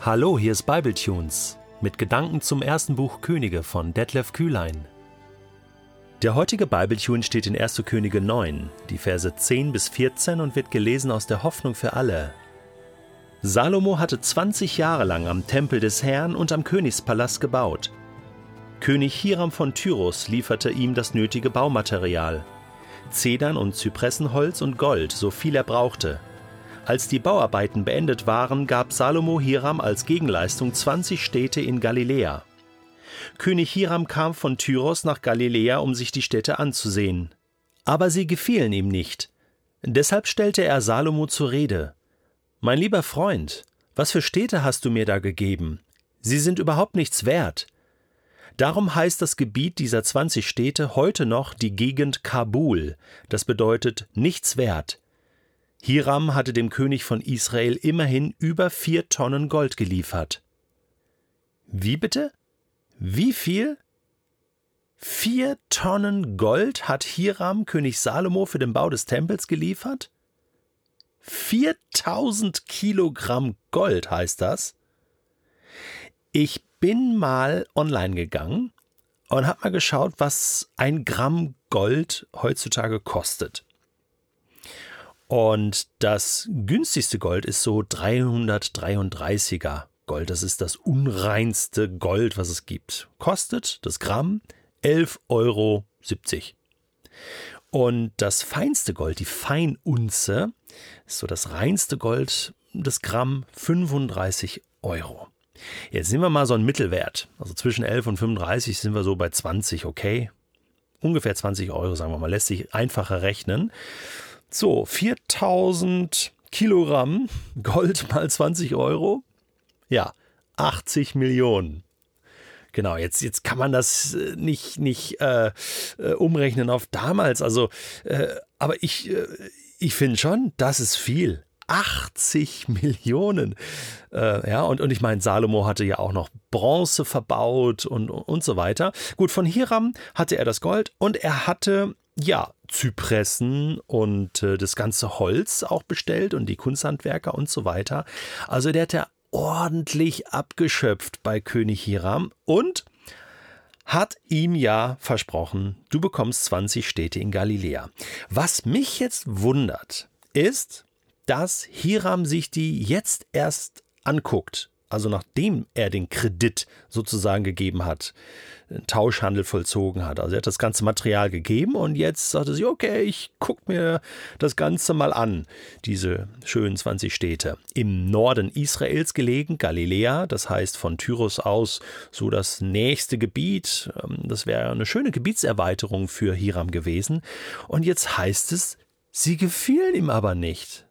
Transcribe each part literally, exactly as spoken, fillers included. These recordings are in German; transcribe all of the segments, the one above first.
Hallo, hier ist Bibletunes mit Gedanken zum ersten Buch Könige von Detlef Kühlein. Der heutige Bibletune steht in erster Könige neun, die Verse zehn bis vierzehn und wird gelesen aus der Hoffnung für alle. Salomo hatte zwanzig Jahre lang am Tempel des Herrn und am Königspalast gebaut. König Hiram von Tyrus lieferte ihm das nötige Baumaterial: Zedern und Zypressenholz und Gold, so viel er brauchte. Als die Bauarbeiten beendet waren, gab Salomo Hiram als Gegenleistung zwanzig Städte in Galiläa. König Hiram kam von Tyros nach Galiläa, um sich die Städte anzusehen. Aber sie gefielen ihm nicht. Deshalb stellte er Salomo zur Rede: »Mein lieber Freund, was für Städte hast du mir da gegeben? Sie sind überhaupt nichts wert.« Darum heißt das Gebiet dieser zwanzig Städte heute noch die Gegend Kabul. Das bedeutet nichts wert. Hiram hatte dem König von Israel immerhin über vier Tonnen Gold geliefert. Wie bitte? Wie viel? Vier Tonnen Gold hat Hiram König Salomo für den Bau des Tempels geliefert? viertausend Kilogramm Gold heißt das? Ich bin mal online gegangen und habe mal geschaut, was ein Gramm Gold heutzutage kostet. Und das günstigste Gold ist so dreihundertdreiunddreißiger Gold. Das ist das unreinste Gold, was es gibt. Kostet das Gramm elf Euro siebzig. Und das feinste Gold, die Feinunze, ist so das reinste Gold, das Gramm fünfunddreißig Euro. Jetzt nehmen wir mal so einen Mittelwert. Also zwischen elf und fünfunddreißig sind wir so bei zwanzig, okay? Ungefähr zwanzig Euro, sagen wir mal, lässt sich einfacher rechnen. So, viertausend Kilogramm Gold mal zwanzig Euro. Ja, achtzig Millionen. Genau, jetzt, jetzt kann man das nicht, nicht äh, äh, umrechnen auf damals. Also, äh, aber ich, äh, ich finde schon, das ist viel. achtzig Millionen. Äh, ja, und, und ich meine, Salomo hatte ja auch noch Bronze verbaut und, und so weiter. Gut, von Hiram hatte er das Gold und er hatte, ja, Zypressen und äh, das ganze Holz auch bestellt und die Kunsthandwerker und so weiter. Also der hat ja ordentlich abgeschöpft bei König Hiram und hat ihm ja versprochen, du bekommst zwanzig Städte in Galiläa. Was mich jetzt wundert, ist, dass Hiram sich die jetzt erst anguckt, also nachdem er den Kredit sozusagen gegeben hat, einen Tauschhandel vollzogen hat. Also er hat das ganze Material gegeben und jetzt sagt er sich, okay, ich gucke mir das Ganze mal an, diese schönen zwanzig Städte. Im Norden Israels gelegen, Galiläa, das heißt von Tyros aus so das nächste Gebiet. Das wäre eine schöne Gebietserweiterung für Hiram gewesen. Und jetzt heißt es, sie gefielen ihm aber nicht.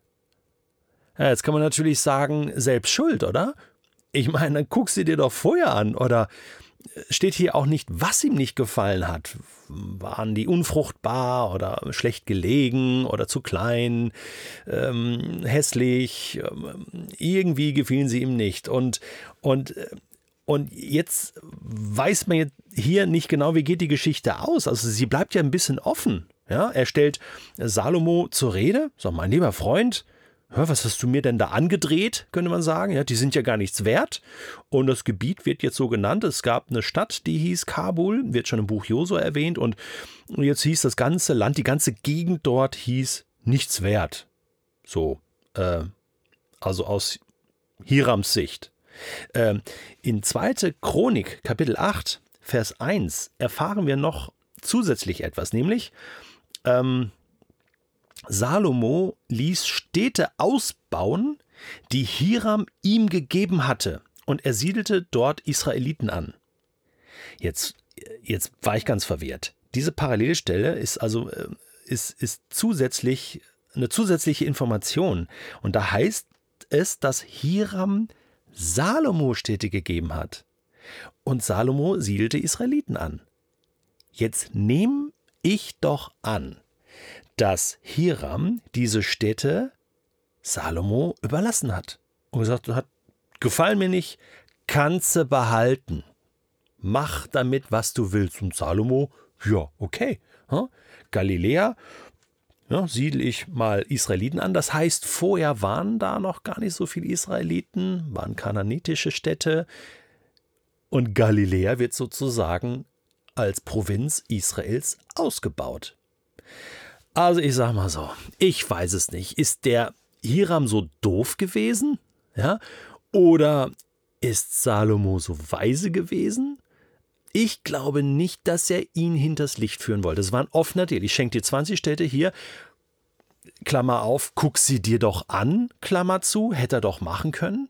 Ja, jetzt kann man natürlich sagen, selbst schuld, oder? Ich meine, dann guck sie dir doch vorher an. Oder steht hier auch nicht, was ihm nicht gefallen hat? Waren die unfruchtbar oder schlecht gelegen oder zu klein, ähm, hässlich? Ähm, irgendwie gefielen sie ihm nicht. Und, und, und jetzt weiß man jetzt hier nicht genau, wie geht die Geschichte aus. Also sie bleibt ja ein bisschen offen. Ja? Er stellt Salomo zur Rede, sagt, mein lieber Freund, hör, was hast du mir denn da angedreht, könnte man sagen. Ja, die sind ja gar nichts wert. Und das Gebiet wird jetzt so genannt. Es gab eine Stadt, die hieß Kabul, wird schon im Buch Josua erwähnt. Und jetzt hieß das ganze Land, die ganze Gegend dort hieß nichts wert. So, äh, also aus Hirams Sicht. Äh, in zweiter Chronik, Kapitel acht, Vers eins, erfahren wir noch zusätzlich etwas, nämlich ähm, Salomo ließ Städte ausbauen, die Hiram ihm gegeben hatte, und er siedelte dort Israeliten an. Jetzt, jetzt war ich ganz verwirrt. Diese Parallelstelle ist also ist, ist zusätzlich eine zusätzliche Information. Und da heißt es, dass Hiram Salomo Städte gegeben hat. Und Salomo siedelte Israeliten an. Jetzt nehme ich doch an, dass Hiram diese Städte Salomo überlassen hat und gesagt hat, gefallen mir nicht, kannst du behalten. Mach damit, was du willst. Und Salomo, ja, okay. Galiläa, ja, siedle ich mal Israeliten an. Das heißt, vorher waren da noch gar nicht so viele Israeliten, waren kanaanitische Städte. Und Galiläa wird sozusagen als Provinz Israels ausgebaut. Also ich sage mal so, ich weiß es nicht. Ist der Hiram so doof gewesen? Ja? Oder ist Salomo so weise gewesen? Ich glaube nicht, dass er ihn hinters Licht führen wollte. Es war ein offener Deal. Ich schenke dir zwanzig Städte hier, Klammer auf, guck sie dir doch an, Klammer zu, hätte er doch machen können.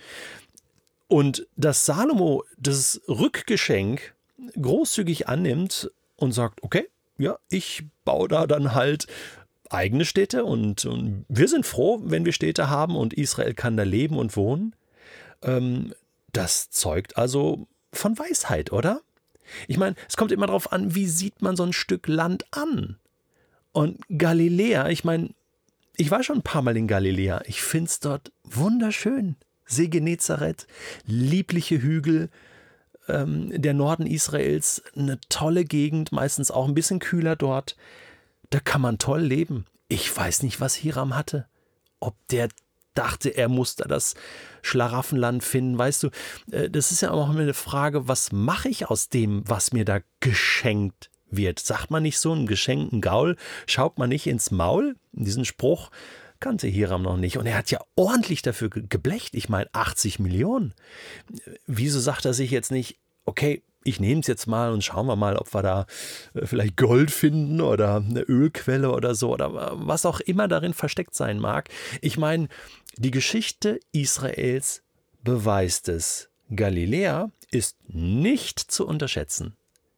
Und dass Salomo das Rückgeschenk großzügig annimmt und sagt, okay, ja, ich baue da dann halt eigene Städte und, und wir sind froh, wenn wir Städte haben und Israel kann da leben und wohnen. Ähm, das zeugt also von Weisheit, oder? Ich meine, es kommt immer darauf an, wie sieht man so ein Stück Land an? Und Galiläa, ich meine, ich war schon ein paar Mal in Galiläa. Ich finde es dort wunderschön. See Genezareth, liebliche Hügel, ähm, der Norden Israels, eine tolle Gegend, meistens auch ein bisschen kühler dort. Da kann man toll leben. Ich weiß nicht, was Hiram hatte. Ob der dachte, er muss da das Schlaraffenland finden. Weißt du, äh, das ist ja auch immer eine Frage, was mache ich aus dem, was mir da geschenkt wird? Sagt man nicht so, einen geschenkten Gaul schaut man nicht ins Maul? Diesen Spruch kannte Hiram noch nicht. Und er hat ja ordentlich dafür geblecht. Ich meine, achtzig Millionen. Wieso sagt er sich jetzt nicht, okay, ich nehme es jetzt mal und schauen wir mal, ob wir da vielleicht Gold finden oder eine Ölquelle oder so oder was auch immer darin versteckt sein mag. Ich meine, die Geschichte Israels beweist es. Galiläa ist nicht zu unterschätzen.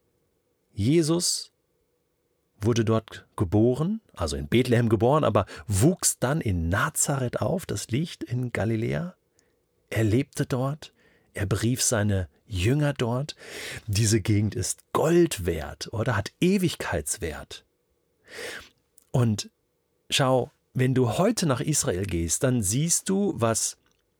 Jesus wurde dort geboren, also in Bethlehem geboren, aber wuchs dann in Nazareth auf, das liegt in Galiläa. Er lebte dort, er berief seine Jünger dort. Diese Gegend ist Gold wert oder hat Ewigkeitswert. Und schau, wenn du heute nach Israel gehst, dann siehst du, was,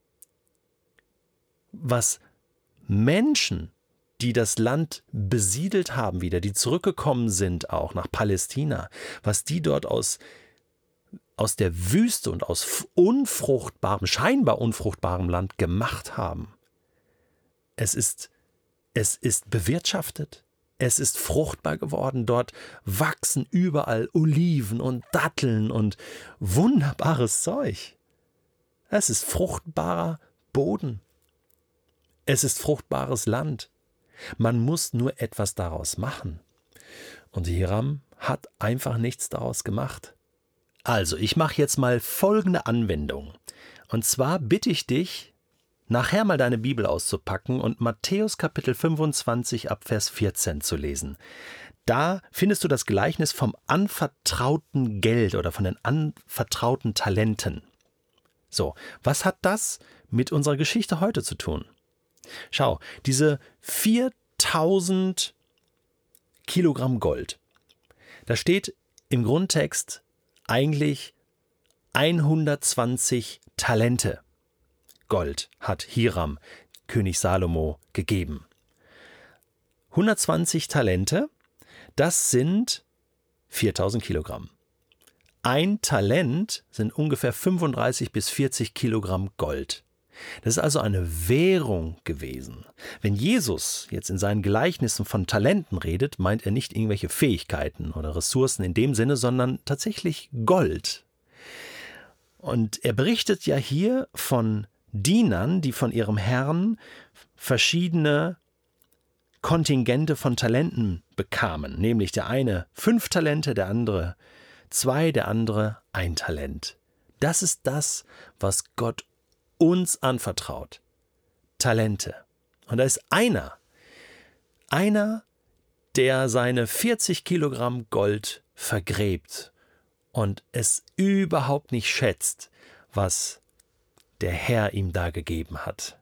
was Menschen, die das Land besiedelt haben wieder, die zurückgekommen sind auch nach Palästina, was die dort aus, aus der Wüste und aus unfruchtbarem, scheinbar unfruchtbarem Land gemacht haben. Es ist, es ist bewirtschaftet, es ist fruchtbar geworden, dort wachsen überall Oliven und Datteln und wunderbares Zeug. Es ist fruchtbarer Boden, es ist fruchtbares Land. Man muss nur etwas daraus machen. Und Hiram hat einfach nichts daraus gemacht. Also, ich mache jetzt mal folgende Anwendung. Und zwar bitte ich dich, nachher mal deine Bibel auszupacken und Matthäus Kapitel fünfundzwanzig ab Vers vierzehn zu lesen. Da findest du das Gleichnis vom anvertrauten Geld oder von den anvertrauten Talenten. So, was hat das mit unserer Geschichte heute zu tun? Schau, diese viertausend Kilogramm Gold, da steht im Grundtext eigentlich hundertzwanzig Talente Gold hat Hiram, König Salomo, gegeben. hundertzwanzig Talente, das sind viertausend Kilogramm. Ein Talent sind ungefähr fünfunddreißig bis vierzig Kilogramm Gold. Das ist also eine Währung gewesen. Wenn Jesus jetzt in seinen Gleichnissen von Talenten redet, meint er nicht irgendwelche Fähigkeiten oder Ressourcen in dem Sinne, sondern tatsächlich Gold. Und er berichtet ja hier von Dienern, die von ihrem Herrn verschiedene Kontingente von Talenten bekamen. Nämlich der eine fünf Talente, der andere zwei, der andere ein Talent. Das ist das, was Gott uns anvertraut. Talente. Und da ist einer, einer, der seine vierzig Kilogramm Gold vergräbt und es überhaupt nicht schätzt, was der Herr ihm da gegeben hat.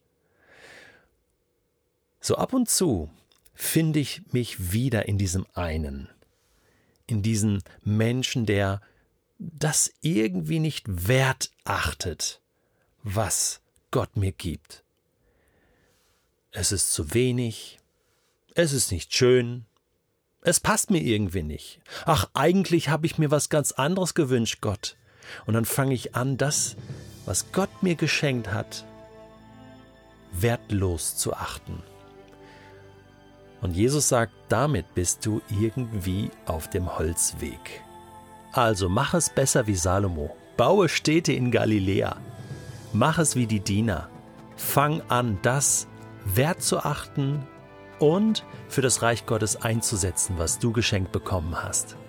So ab und zu finde ich mich wieder in diesem einen, in diesem Menschen, der das irgendwie nicht wert achtet, was Gott mir gibt. Es ist zu wenig, es ist nicht schön, Es passt mir irgendwie nicht. Ach, eigentlich habe ich mir was ganz anderes gewünscht, Gott. Und dann fange ich an, das, was Gott mir geschenkt hat, wertlos zu achten. Und Jesus sagt, damit bist du irgendwie auf dem Holzweg. Also mach es besser wie Salomo. Baue Städte in Galiläa. Mach es wie die Diener. Fang an, das wert zu achten und für das Reich Gottes einzusetzen, was du geschenkt bekommen hast.